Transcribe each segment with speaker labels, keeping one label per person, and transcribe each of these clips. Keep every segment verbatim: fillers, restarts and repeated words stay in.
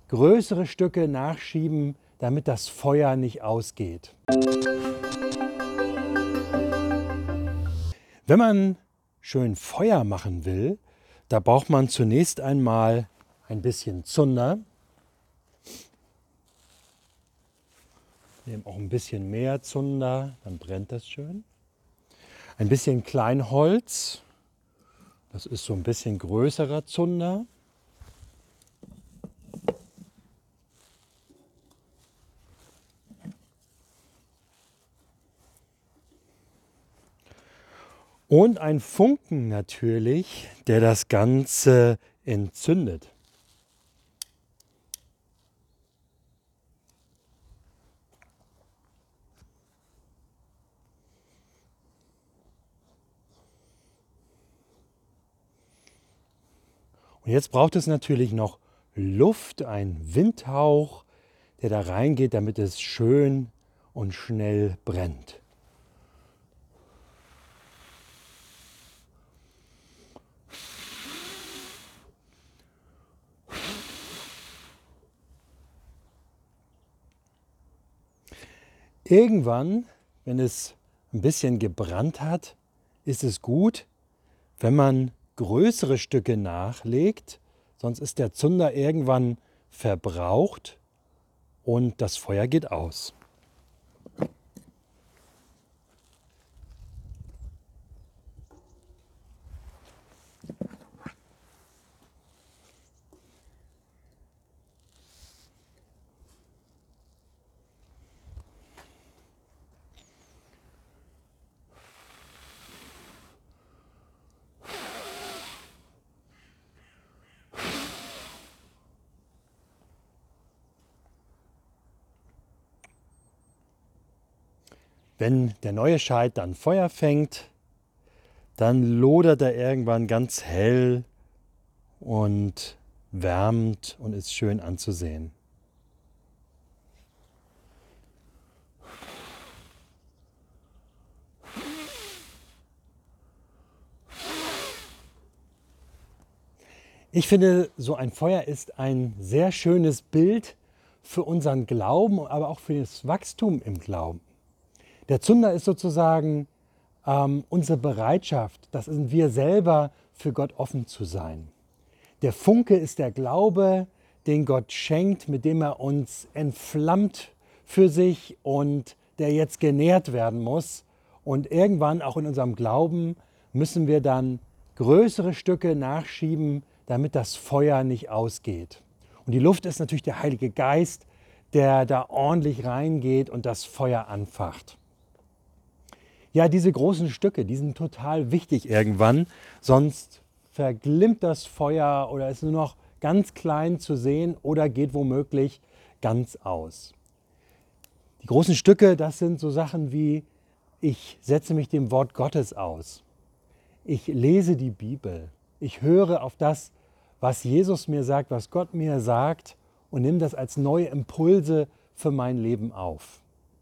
Speaker 1: größere Stücke nachschieben, damit das Feuer nicht ausgeht. Wenn man schön Feuer machen will, da braucht man zunächst einmal ein bisschen Zunder. Nehmen auch ein bisschen mehr Zunder, dann brennt das schön. Ein bisschen Kleinholz, das ist so ein bisschen größerer Zunder. Und ein Funken natürlich, der das Ganze entzündet. Und jetzt braucht es natürlich noch Luft, ein Windhauch, der da reingeht, damit es schön und schnell brennt. Irgendwann, wenn es ein bisschen gebrannt hat, ist es gut, wenn man größere Stücke nachlegt, sonst ist der Zunder irgendwann verbraucht und das Feuer geht aus. Wenn der neue Scheit dann Feuer fängt, dann lodert er irgendwann ganz hell und wärmt und ist schön anzusehen. Ich finde, so ein Feuer ist ein sehr schönes Bild für unseren Glauben, aber auch für das Wachstum im Glauben. Der Zunder ist sozusagen ähm, unsere Bereitschaft, das sind wir selber, für Gott offen zu sein. Der Funke ist der Glaube, den Gott schenkt, mit dem er uns entflammt für sich und der jetzt genährt werden muss. Und irgendwann auch in unserem Glauben müssen wir dann größere Stücke nachschieben, damit das Feuer nicht ausgeht. Und die Luft ist natürlich der Heilige Geist, der da ordentlich reingeht und das Feuer anfacht. Ja, diese großen Stücke, die sind total wichtig irgendwann, sonst verglimmt das Feuer oder ist nur noch ganz klein zu sehen oder geht womöglich ganz aus. Die großen Stücke, das sind so Sachen wie, ich setze mich dem Wort Gottes aus. Ich lese die Bibel. Ich höre auf das, was Jesus mir sagt, was Gott mir sagt und nehme das als neue Impulse für mein Leben auf.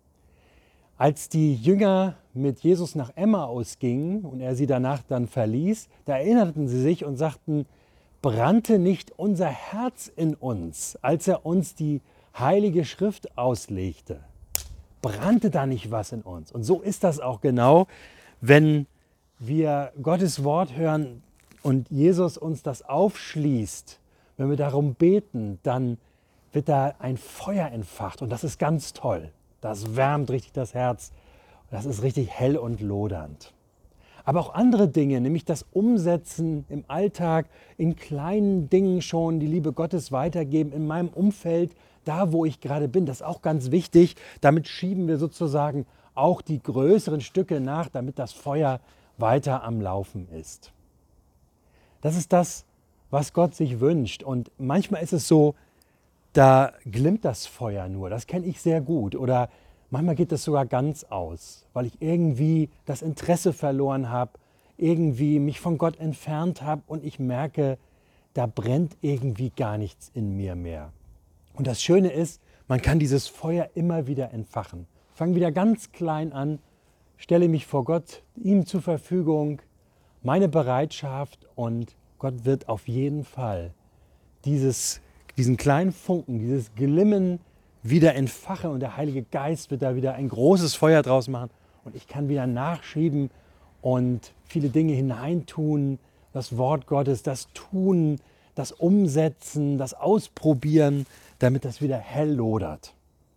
Speaker 1: Als die Jünger mit Jesus nach Emmaus gingen und er sie danach dann verließ, da erinnerten sie sich und sagten, brannte nicht unser Herz in uns, als er uns die Heilige Schrift auslegte? Brannte da nicht was in uns? Und so ist das auch genau, wenn wir Gottes Wort hören und Jesus uns das aufschließt, wenn wir darum beten, dann wird da ein Feuer entfacht und das ist ganz toll. Das wärmt richtig das Herz. Das ist richtig hell und lodernd. Aber auch andere Dinge, nämlich das Umsetzen im Alltag, in kleinen Dingen schon die Liebe Gottes weitergeben, in meinem Umfeld, da wo ich gerade bin, das ist auch ganz wichtig. Damit schieben wir sozusagen auch die größeren Stücke nach, damit das Feuer weiter am Laufen ist. Das ist das, was Gott sich wünscht. Und manchmal ist es so, da glimmt das Feuer nur, das kenne ich sehr gut. Oder manchmal geht es sogar ganz aus, weil ich irgendwie das Interesse verloren habe, irgendwie mich von Gott entfernt habe und ich merke, da brennt irgendwie gar nichts in mir mehr. Und das Schöne ist, man kann dieses Feuer immer wieder entfachen. Ich fange wieder ganz klein an, stelle mich vor Gott, ihm zur Verfügung, meine Bereitschaft und Gott wird auf jeden Fall dieses diesen kleinen Funken, dieses Glimmen wieder entfache und der Heilige Geist wird da wieder ein großes Feuer draus machen und ich kann wieder nachschieben und viele Dinge hineintun, das Wort Gottes, das Tun, das Umsetzen, das Ausprobieren, damit das wieder hell lodert.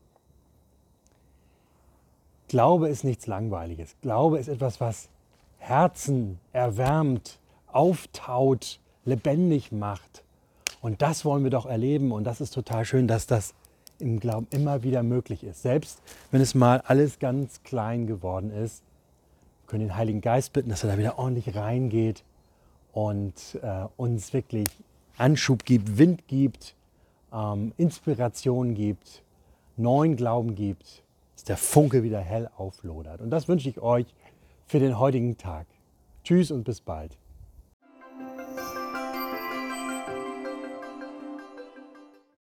Speaker 1: Glaube ist nichts Langweiliges. Glaube ist etwas, was Herzen erwärmt, auftaut, lebendig macht. Und das wollen wir doch erleben und das ist total schön, dass das im Glauben immer wieder möglich ist. Selbst wenn es mal alles ganz klein geworden ist, wir können den Heiligen Geist bitten, dass er da wieder ordentlich reingeht und äh, uns wirklich Anschub gibt, Wind gibt, ähm, Inspiration gibt, neuen Glauben gibt, dass der Funke wieder hell auflodert. Und das wünsche ich euch für den heutigen Tag. Tschüss und bis bald.